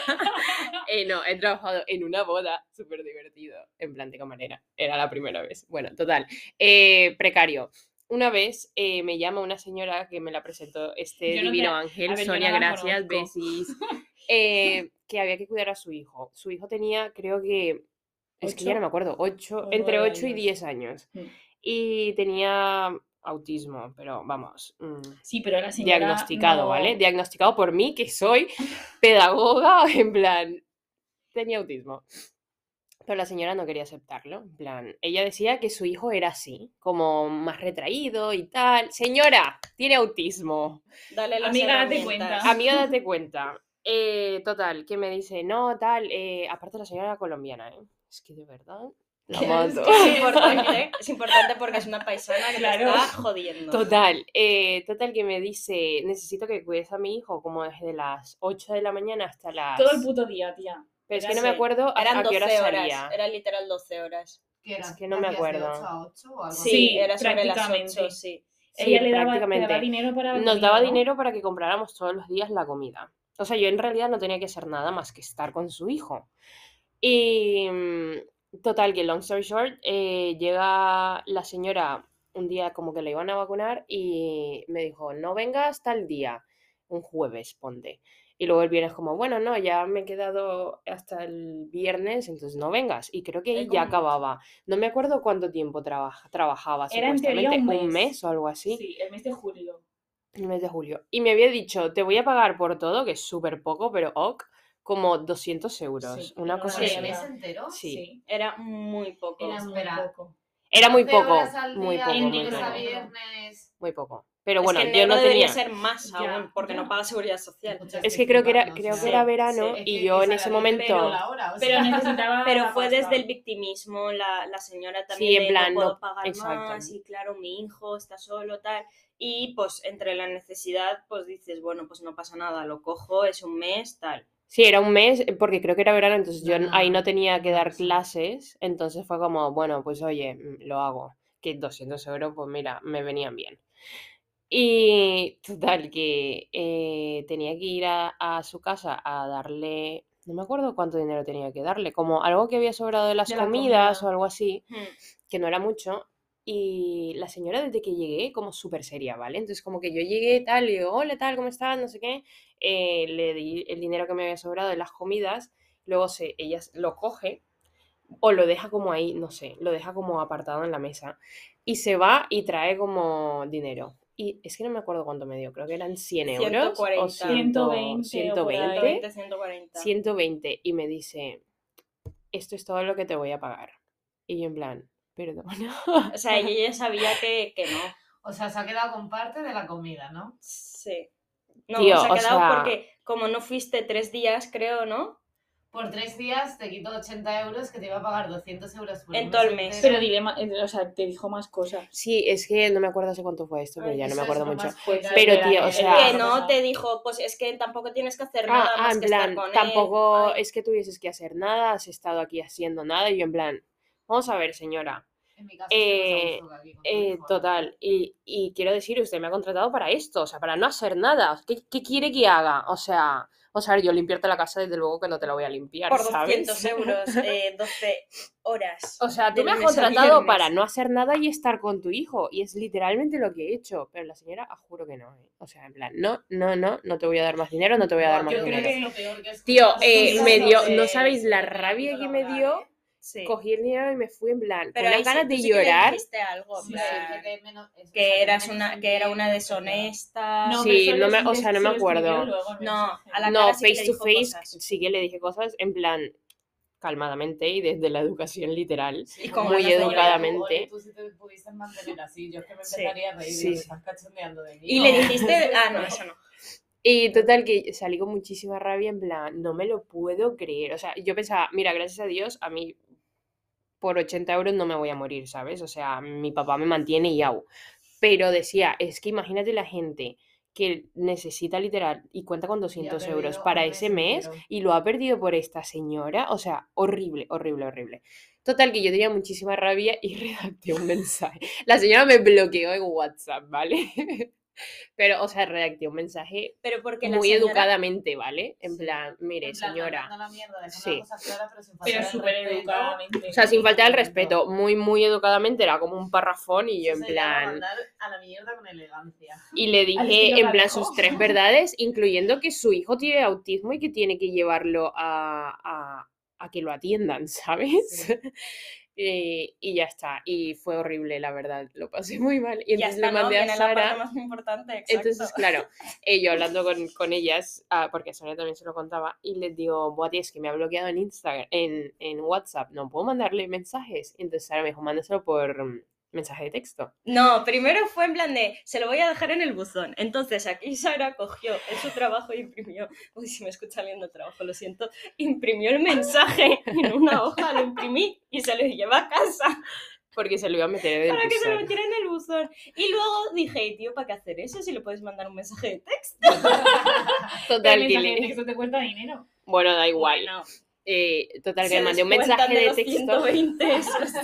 No, he trabajado en una boda, súper divertido, en plan de camarera. Era la primera vez. Bueno, total. Precario. Una vez me llama una señora que me la presentó este Yo no divino te- ángel, a ver, yo Sonia, no la gracias, conozco. besis, que había que cuidar a su hijo. Su hijo tenía, creo que, es que ya no me acuerdo, o entre 9 8 y años. 10 años. Mm. Y tenía autismo, pero vamos, Sí, pero la señora diagnosticado, no- ¿vale? Diagnosticado por mí, que soy pedagoga, en plan, tenía autismo. Pero la señora no quería aceptarlo, en plan, ella decía que su hijo era así, como más retraído y tal. Señora, tiene autismo. Dale las Amiga, date herramientas. cuenta. Amiga, date cuenta. Total, que me dice, no, tal, aparte la señora era colombiana, ¿eh? Es que de verdad, la mato. Es importante porque es una paisana que Claro. te está jodiendo. Total, que me dice, necesito que cuides a mi hijo como desde las 8 de la mañana hasta las... Todo el puto día, tía. Pero es Era que no me así. acuerdo Eran a qué hora 12 horas. salía. Era literal 12 horas. ¿Qué era? Es que no me ¿Hacías acuerdo. de 8 a 8 o algo Sí, Sí, era sobre las prácticamente. 8, sí. Sí, Ella te daba prácticamente. dinero para la Nos comida, daba ¿no? dinero para que compráramos todos los días la comida. O sea, yo en realidad no tenía que hacer nada más que estar con su hijo. Y total, que long story short, llega la señora un día como que le iban a vacunar y me dijo, no vengas tal día, un jueves, ponte. Y luego el viernes como, bueno, no, ya me he quedado hasta el viernes, entonces no vengas. Y creo que ahí ya acababa. No me acuerdo cuánto tiempo trabajaba, Era en teoría supuestamente un mes. mes o algo así. Sí, el mes de julio. El mes de julio. Y me había dicho, te voy a pagar por todo, que es súper poco, pero ok, como 200 euros. Sí, una era cosa una así. ¿El mierda. mes entero? Sí. Era muy poco. Era Espera. poco. Era muy 12 poco, horas al muy día, poco, en muy negro lunes a poco. viernes. Muy poco. Pero Es bueno, que en yo negro no debería tenía... ser más Ya, aún, porque ya. no paga seguridad social. Escucha, Es que creo que era, flipando, o sea, era verano sí. y Es que yo en esa ese era mi momento... pelo, Laura, o Pero sea. necesitaba Pero la fue pasta. desde el victimismo, la señora también Sí, en de plan, no puedo no- pagar exacto. más y claro, mi hijo está solo, tal. Y pues entre la necesidad, pues dices, bueno, pues no pasa nada, lo cojo, es un mes, tal. Sí, era un mes, porque creo que era verano, entonces yo Nada, ahí no tenía que nada dar pasó. clases, entonces fue como, bueno, pues oye, lo hago. Que 200 euros, pues mira, me venían bien. Y total, que tenía que ir a su casa a darle, no me acuerdo cuánto dinero tenía que darle, como algo que había sobrado de las De la comidas comida. o algo así, Hmm. que no era mucho. Y la señora desde que llegué, como súper seria, ¿vale? Entonces como que yo llegué tal, y digo, hola, tal, ¿cómo estás? No sé qué. Le di el dinero que me había sobrado de las comidas, luego ella lo coge o lo deja como ahí, no sé, lo deja como apartado en la mesa y se va y trae como dinero. Y es que no me acuerdo cuánto me dio, creo que eran 100 euros o 140. 120 o por ahí. 120, 140. 120 y me dice, esto es todo lo que te voy a pagar. Y yo en plan, perdona. O sea, ella ya sabía que no. O sea, se ha quedado con parte de la comida, ¿no? Sí. No, Tío, se ha o quedado sea- porque como no fuiste 3 días, creo, ¿no? Por 3 días te quito 80 euros que te iba a pagar 200 euros por En un todo el mes mes. Pero entero. dile, o sea, te dijo más cosas. Sí, es que no me acuerdo hace cuánto fue esto, pero Ay, ya no Eso me es acuerdo lo mucho. más Pues, pecado Pero, de tío, la- o sea- Que no, te dijo, pues es que tampoco tienes que hacer nada más En que estar plan, con él. tampoco Ay. es que tuvieses que hacer nada, has estado aquí haciendo nada, y yo en plan, vamos a ver, señora. En mi caso estoy más a gusto que aquí con tu hijo, la Total, verdad. y quiero decir, usted me ha contratado para esto, o sea, para no hacer nada. ¿Qué quiere que haga? O sea, yo limpiarte la casa, desde luego que no te la voy a limpiar, Por ¿sabes? 200 euros, 12 horas. O sea, tú de me has lunes a contratado viernes. para no hacer nada y estar con tu hijo, y es literalmente lo que he hecho. Pero la señora, juro que no, ¿eh? O sea, en plan, no te voy a dar más dinero, no te voy a dar Buah, más yo creo dinero. que es lo peor que he Tío, escuchado me dio, sobre- no sabéis la sobre el rabia ámbito que me laboral, dio. ¿eh? Sí. Cogí el dinero y me fui en plan, Pero con ahí unas sí, ganas tú de sí que le llorar. dijiste algo, en Sí, plan, que menos- o sea, que menos que era una dinero, deshonesta. No, Sí, pero eso no me- les- o sea, no se me lo escribió acuerdo. luego el No, mensaje. a la No, cara sí que face le to dijo face cosas. sí que le dije cosas en plan calmadamente y desde la educación literal. Sí, Y como con muy ganas de llorar. educadamente. Oye, tú si te pudieses mantener así, yo es que me Sí. empezaría a reír, Sí, digo, me sí. estás cachondeando de mí. Y ¿no? le dijiste, ¿Qué es ah, no, esto? eso no. Y total que salí con muchísima rabia en plan, no me lo puedo creer. O sea, yo pensaba, mira, gracias a Dios, a mí por 80 euros no me voy a morir, ¿sabes? O sea, mi papá me mantiene y au. Pero decía, es que imagínate la gente que necesita literal y cuenta con 200 euros perdido para un ese mes mes entero. y lo ha perdido por esta señora. O sea, horrible, horrible, horrible. Total, que yo tenía muchísima rabia y redacté un mensaje. La señora me bloqueó en WhatsApp, ¿vale? Pero, o sea, redacté un mensaje Pero porque la muy señora... educadamente, ¿vale? En Sí. plan, mire, En plan, señora. mandando la mierda, dejando Sí. las cosas claras, pero sin Pero faltar el súper respeto. educadamente. O sea, sin faltar el Momento. respeto, muy, muy educadamente, era como un parrafón y yo Eso en se llama plan... mandar a la mierda con elegancia. Y le Al dije estilo en plan Galejo. sus 3 verdades, incluyendo que su hijo tiene autismo y que tiene que llevarlo a que lo atiendan, ¿sabes? Sí. Y ya está. Y fue horrible, la verdad. Lo pasé muy mal. Y Ya entonces está, le ¿no? mandé a Viene la parte Sara. más importante, exacto. Entonces, claro, yo hablando con ellas, porque a Sonia también se lo contaba, y les digo, Buah, tía, es que me ha bloqueado en Instagram, en WhatsApp, no puedo mandarle mensajes. Entonces Sara me dijo, mándaselo por mensaje de texto. No, primero fue en plan de, se lo voy a dejar en el buzón. Entonces aquí Sara cogió en su trabajo y imprimió, uy, si me escucha leyendo trabajo, lo siento, imprimió el mensaje en una hoja, lo imprimí y se lo llevé a casa Porque se lo iba a meter en el para que se lo buzón. metiera en el buzón. Y luego dije, tío, ¿para qué hacer eso si le puedes mandar un mensaje de texto? Pero Total, el que mensaje de le... texto te cuesta dinero. Bueno, da igual. Bueno, Total, que se le mandé un descuentan mensaje de los texto. 120 esos.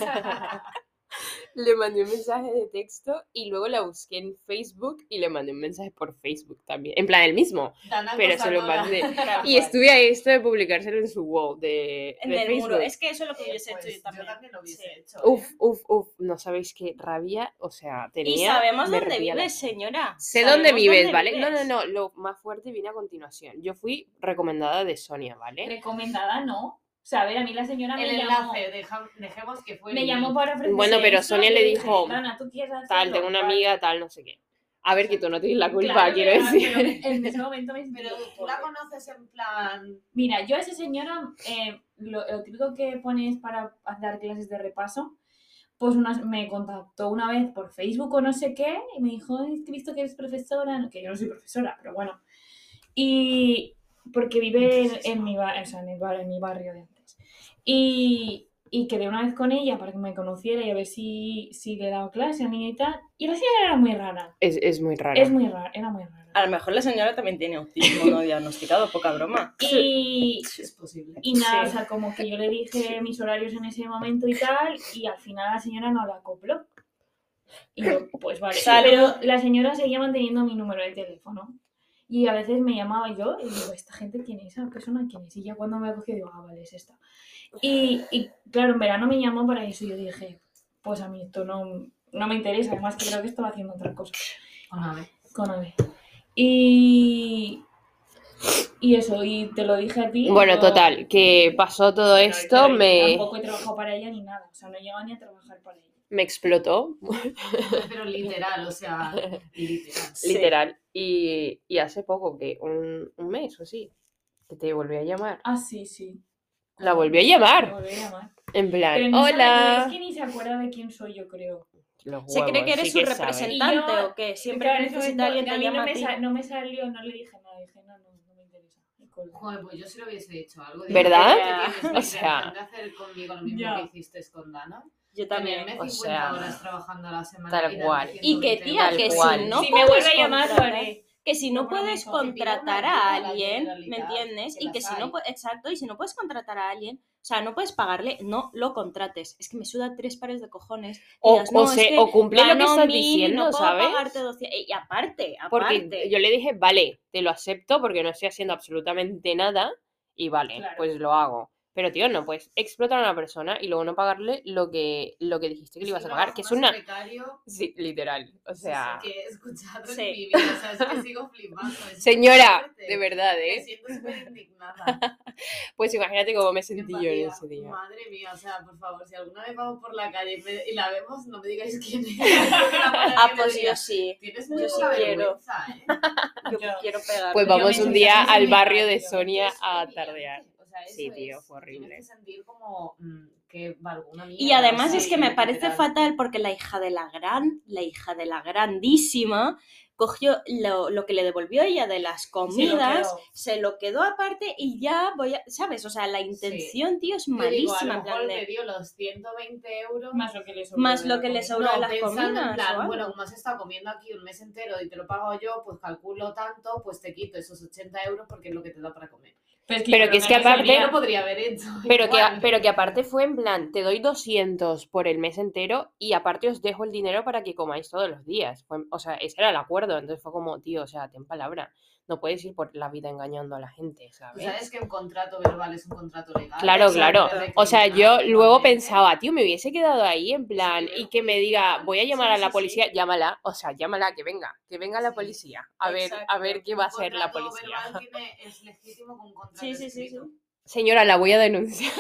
Le mandé un mensaje de texto y luego la busqué en Facebook y le mandé un mensaje por Facebook también. En plan, el mismo. Dana Pero se lo acosadora. mandé. Tal Y cual. estuve a esto de publicárselo en su wall de En de el Facebook. muro. Es que eso es lo que hubiese Pues hecho yo también. lo hubiese Sí. hecho. Uf, no sabéis qué rabia, o sea, tenía... Y sabemos me dónde hervía la- vives, señora. Sé dónde Sabemos vives, dónde ¿vale? vives. No, lo más fuerte viene a continuación. Yo fui recomendada de Sonia, ¿vale? Recomendada, no. O sea, a ver, a mí la señora El me llamó. enlace, dejemos que fue Me el llamó link. para ofrecerme Bueno, pero esto, Sonia y le yo dije, dijo, Dana, ¿tú quieres hacerlo? Tal, tengo una Vale. amiga, tal, no sé qué. A ver, que tú no tienes la culpa, Claro, quiero pero decir. en ese momento me sentí Pero un tú la poco. conoces en plan... Mira, yo a esa señora, lo típico que pones para dar clases de repaso, pues me contactó una vez por Facebook o no sé qué, y me dijo, es que he visto que eres profesora, que yo no soy profesora, pero bueno. Y porque vive en mi barrio de antes. Y quedé una vez con ella para que me conociera y a ver si le daba clase a mí y tal. Y la señora era muy rara. Es muy raro. Es muy rara, era muy rara. A lo mejor la señora también tiene autismo no diagnosticado, poca broma. Y Es posible. nada, Sí. o sea, como que yo le dije mis horarios en ese momento y tal, y al final la señora no la acopló. Y yo, pues vale. Salud. Pero la señora seguía manteniendo mi número de teléfono. Y a veces me llamaba yo y digo, ¿esta gente quién es? ¿Esa persona quién es? Y ya cuando me cogió digo, ah, vale, es esta. Y claro, en verano me llamó para eso y yo dije, pues a mí esto no me interesa, además que creo que estaba haciendo otra cosa con Ave. Y eso, y te lo dije a ti. Bueno, yo- total, que pasó todo Bueno, esto, claro, me tampoco he trabajado para ella ni nada, o sea, no he llegado ni a trabajar para ella. explotó, Pero literal, o sea, literal. Sí. literal. Y hace poco, que un mes o así, que te volví a llamar. Ah, sí. La volví a Me llamar. volví a llamar. En plan, Pero ni sabe- hola. es que ni se acuerda de quién soy, yo creo. Los ¿Se cree huevos, que eres sí su que sabe. representante Y yo, o qué? Siempre Claro, que en ese necesita momento alguien te a mí llama a ti. no me salió, no le dije nada, dije, no me interesa. Y colgué. Joder, pues yo sí lo hubiese dicho algo. ¿Verdad? Que tienes la O sea, intención de hacer conmigo lo mismo ya. que hiciste con Dana. Yo también. Tenerme O 50 sea, horas trabajando a la semana. tal y darme cual. Y que 120 tía, euros. que Tal cual. si no Si me vuelve puedes a llamar, lo contratar, haré. que si no Lo puedes prometo. Que pida contratar una a ayuda a la alguien, ¿me Generalitat, entiendes? que Y que las si no hay. puedes, exacto, y si no puedes contratar a alguien, o sea, no puedes pagarle, no lo contrates. Es que me suda 3 pares de cojones. O- Digas, o no, se- es que o cumple lo que gano estás 1000 y diciendo, no puedo ¿sabes? pagarte 200. Y aparte, porque yo le dije, vale, te lo acepto porque no estoy haciendo absolutamente nada y vale, Claro. pues lo hago. Pero tío, no puedes explotar a una persona y luego no pagarle lo que dijiste que le ibas a pagar, que es una... Precario, Sí, literal, o sea... que he escuchado Sí. en mi vida, o sea, es que sigo flipando. Es Señora, fuerte. de verdad, Me ¿eh? siento súper indignada. Pues imagínate cómo me Qué sentí yo en empatía. ese día. Madre mía, o sea, por favor, si alguna vez vamos por la calle y la vemos, no me digáis quién es. Ah, pues yo sí. Tienes Yo muy sí poca quiero. vergüenza, ¿eh? Yo Yo- quiero pegar. Pues Yo vamos me un sentí día así al en mi barrio de patio. Sonia Es a humillante, tardear. o sea, eso Sí, tío, es. fue horrible. Tienes que sentir como que valgo una mierda. Y además o sea, es que me sí, parece literal. fatal porque la hija de la grandísima, cogió lo que le devolvió ella de las comidas, quedó. se lo quedó aparte y ya ¿sabes? O sea, la intención, tío, es Yo digo, malísima. a En lo plan mejor de, me dio los 120 euros. Más lo que le sobró. más de lo la que le comida. sobra de las pensando en comidas. o plan, algo. bueno, como has estado comiendo aquí un mes entero y te lo pago yo, pues calculo tanto, pues te quito esos 80 euros porque es lo que te da para comer. Pero que es que aparte- Yo lo podría haber hecho. Pero igual. que aparte fue en plan, te doy 200 por el mes entero y aparte os dejo el dinero para que comáis todos los días. O sea, ese era el acuerdo. Entonces fue como, tío, o sea, ten palabra. No puedes ir por la vida engañando a la gente, Tú ¿sabes? sabes que un contrato verbal es un contrato legal. Claro, o sea, claro. puedes O sea, yo recriminar luego igualmente. pensaba, tío, me hubiese quedado ahí en plan Sí, y que me diga, voy a llamar Sí, a la sí, policía, sí. llámala, o sea, llámala, que venga la Sí. policía, a ver Exacto. qué va a Un hacer la contrato policía. verbal es legítimo con un contrato Sí, sí, sí, escrito. sí. Señora, la voy a denunciar.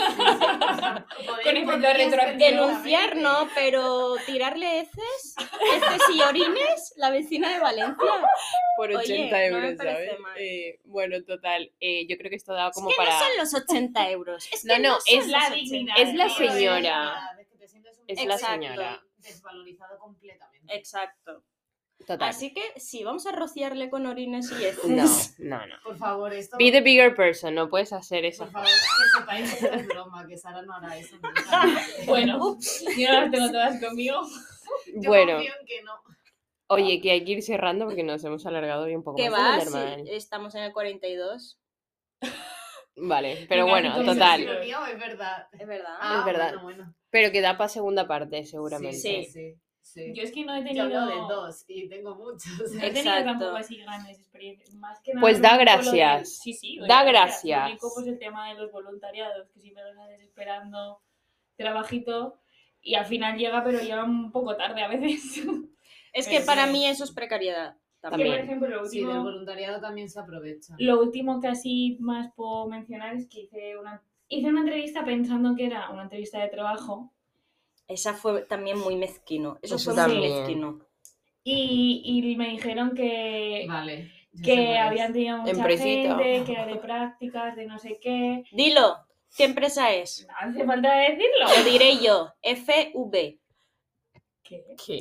Con efecto retroactivo. Denunciar no, pero tirarle heces y orines, la vecina de Valencia. Por Oye, 80 no me euros, parece ¿sabes? mal. Bueno, total, yo creo que esto daba como Es que para... no son los 80 euros. Es No, que no, no son es los la 80. dignidad. Es la Tío, señora. Es la Exacto. señora. Desvalorizado completamente. Exacto. Total. Así que sí, vamos a rociarle con orines y heces. No. Por favor, esto... Be the bigger person, no puedes hacer eso. Por favor, que sepáis que esto es broma, que Sara no hará eso nunca. Bueno, yo no las tengo todas conmigo. Yo Bueno, confío en que no. oye, que hay que ir cerrando porque nos hemos alargado hoy un poco ¿Qué más de va? lo normal. Si estamos en el 42. Vale, pero Casi bueno, con total. eso. Mío, es verdad. Es verdad. Ah, Es verdad. Bueno. Pero que da para segunda parte, seguramente. Sí. Yo es que no he Yo tenido... hablo de dos y tengo muchos. No he tenido Exacto. tampoco así grandes experiencias. Más que nada, Pues por da ejemplo, lo de- gracias. Sí, doy Da Lo gracias. único, pues el tema de los voluntariados, que siempre los haces esperando trabajito y al final llega, pero llega un poco tarde a veces. Es Pero que para sí. mí eso es precariedad. Que, por También. ejemplo, Sí, del voluntariado también se aprovecha. lo último que así más puedo mencionar es que hice una entrevista pensando que era una entrevista de trabajo Esa fue también muy mezquino. Eso Eso fue muy también. mezquino. y me dijeron que, Vale. yo sé que cuál es. habían tenido mucha Empresita. gente, que era de prácticas, de no sé qué. Dilo. ¿Qué empresa es? No hace falta decirlo. Lo diré yo. FV. ¿Qué? ¿Qué?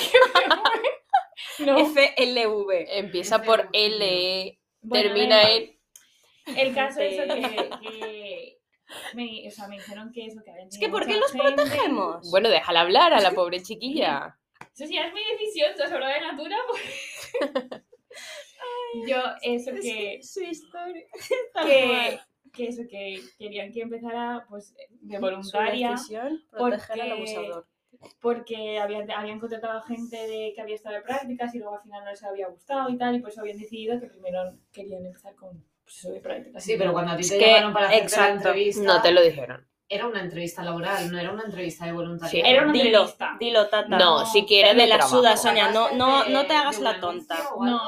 No. FLV. Empieza por L, Bueno, termina da en... El caso es que me dijeron que eso, que habían Es que tenido ¿por qué mucha los gente. protegemos? Bueno, déjala hablar a la pobre chiquilla. Eso sí, es mi decisión, sobre de natura, pues. Yo, eso que, Su historia. que eso, que querían que empezara, pues, de Su voluntaria, decisión, proteger al porque- abusador. porque habían contratado gente que había estado de prácticas y luego al final no les había gustado y tal, y por eso habían decidido que primero querían empezar con, pues, eso de prácticas. Sí, pero cuando a ti Es te que- llamaron para hacerte la exacto. entrevista, No te lo dijeron. era una entrevista laboral, no era una entrevista de voluntariado. Sí, Era una Dilo, entrevista. dilo, tata. No, si quieres Me de la trabajo. suda, Sonia. No te ¿Sacaste hagas de la un anuncio tonta. o algo? No, fue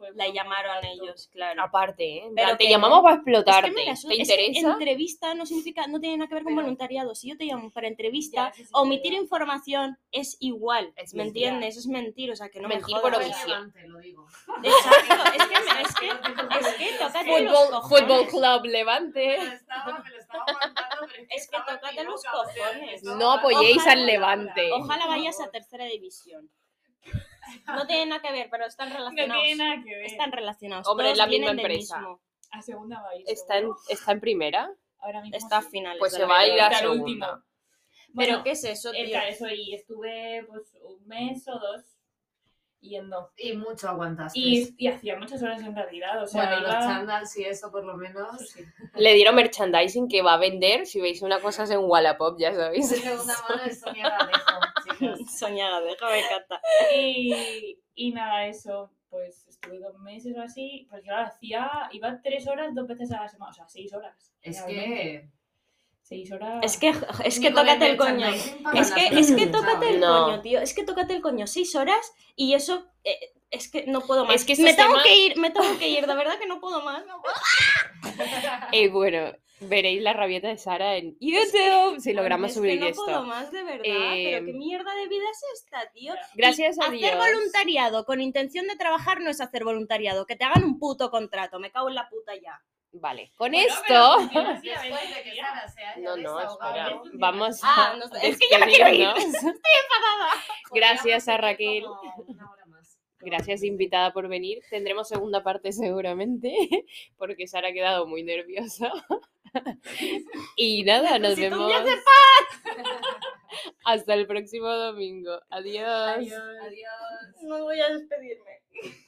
fue La como llamaron tanto. ellos, claro. Aparte, ¿eh? En Pero plan, te que llamamos no. para Es explotarte. que mira, ¿Te es que interesa? entrevista no tiene nada que ver con Pero- voluntariado. Si yo te llamo para entrevista, Ya, eso sí es omitir verdad. información es igual, Es ¿me mentira. entiendes? Es mentir, o sea, que no Mentir me por jodas. Fue omisión. Levante, lo digo. Exacto, es que tócate los Fútbol cojones. Club Me Levante. lo estaba aguantando, pero Es que estaba en tócate mi los boca, o sea, cojones. estaba No apoyéis Ojalá- al Levante. Ojalá vayas a tercera división. No tiene nada que ver, pero están No relacionados. tiene nada que ver. Están relacionados. Hombre, Todos es la misma vienen del empresa. mismo. A segunda va a ir. ¿Está en primera? Ahora mismo Está a sí. finales. Pues de se la va a ir a temporada. Está el segunda. último. Pero Bueno, ¿qué es eso, el tío? caso y estuve pues un mes o 2 yendo. Y mucho aguantaste. Y hacía muchas horas en realidad. O sea, bueno, los iba... chandals y eso por lo Eso menos. sí. Le dieron merchandising que va a vender. Si veis una cosa es en Wallapop, ya sabéis. De segunda mano es Sonia Galejo, chicas. Soñada, déjame cantar. Y nada, eso, pues estuve 2 meses o así, pues claro, iba 3 horas 2 veces a la semana, o sea, 6 horas. Es realmente. que... 6 horas. Es que Ni con tócate el coño. merchandising pagan Es las que clases, tócate el No. coño, tío. Es que tócate el coño 6 horas y eso... es que no puedo más. Es que me estos tengo temas- que ir, de verdad que no puedo más. No puedo. Bueno, veréis la rabieta de Sara en YouTube si logramos Es subir que no esto. puedo más, de verdad. Pero qué mierda de vida es esta, tío. Gracias Y a Dios. Hacer voluntariado con intención de trabajar no es hacer voluntariado. Que te hagan un puto contrato. Me cago en la puta ya. Vale, con Bueno, esto... pero funciona así, a Después veces, de que tía. Sara se haya No, desahogado, espera. veces Vamos Ah, a no sé, es que ya me quiero ir. despedirnos. podríamos Gracias a seguir Raquel. como una hora más. Gracias, invitada, por venir. Tendremos segunda parte seguramente, porque Sara ha quedado muy nerviosa. Y nada, nos Necesito un vemos. día de Hasta el próximo domingo. Adiós. Adiós. Adiós. No voy a despedirme.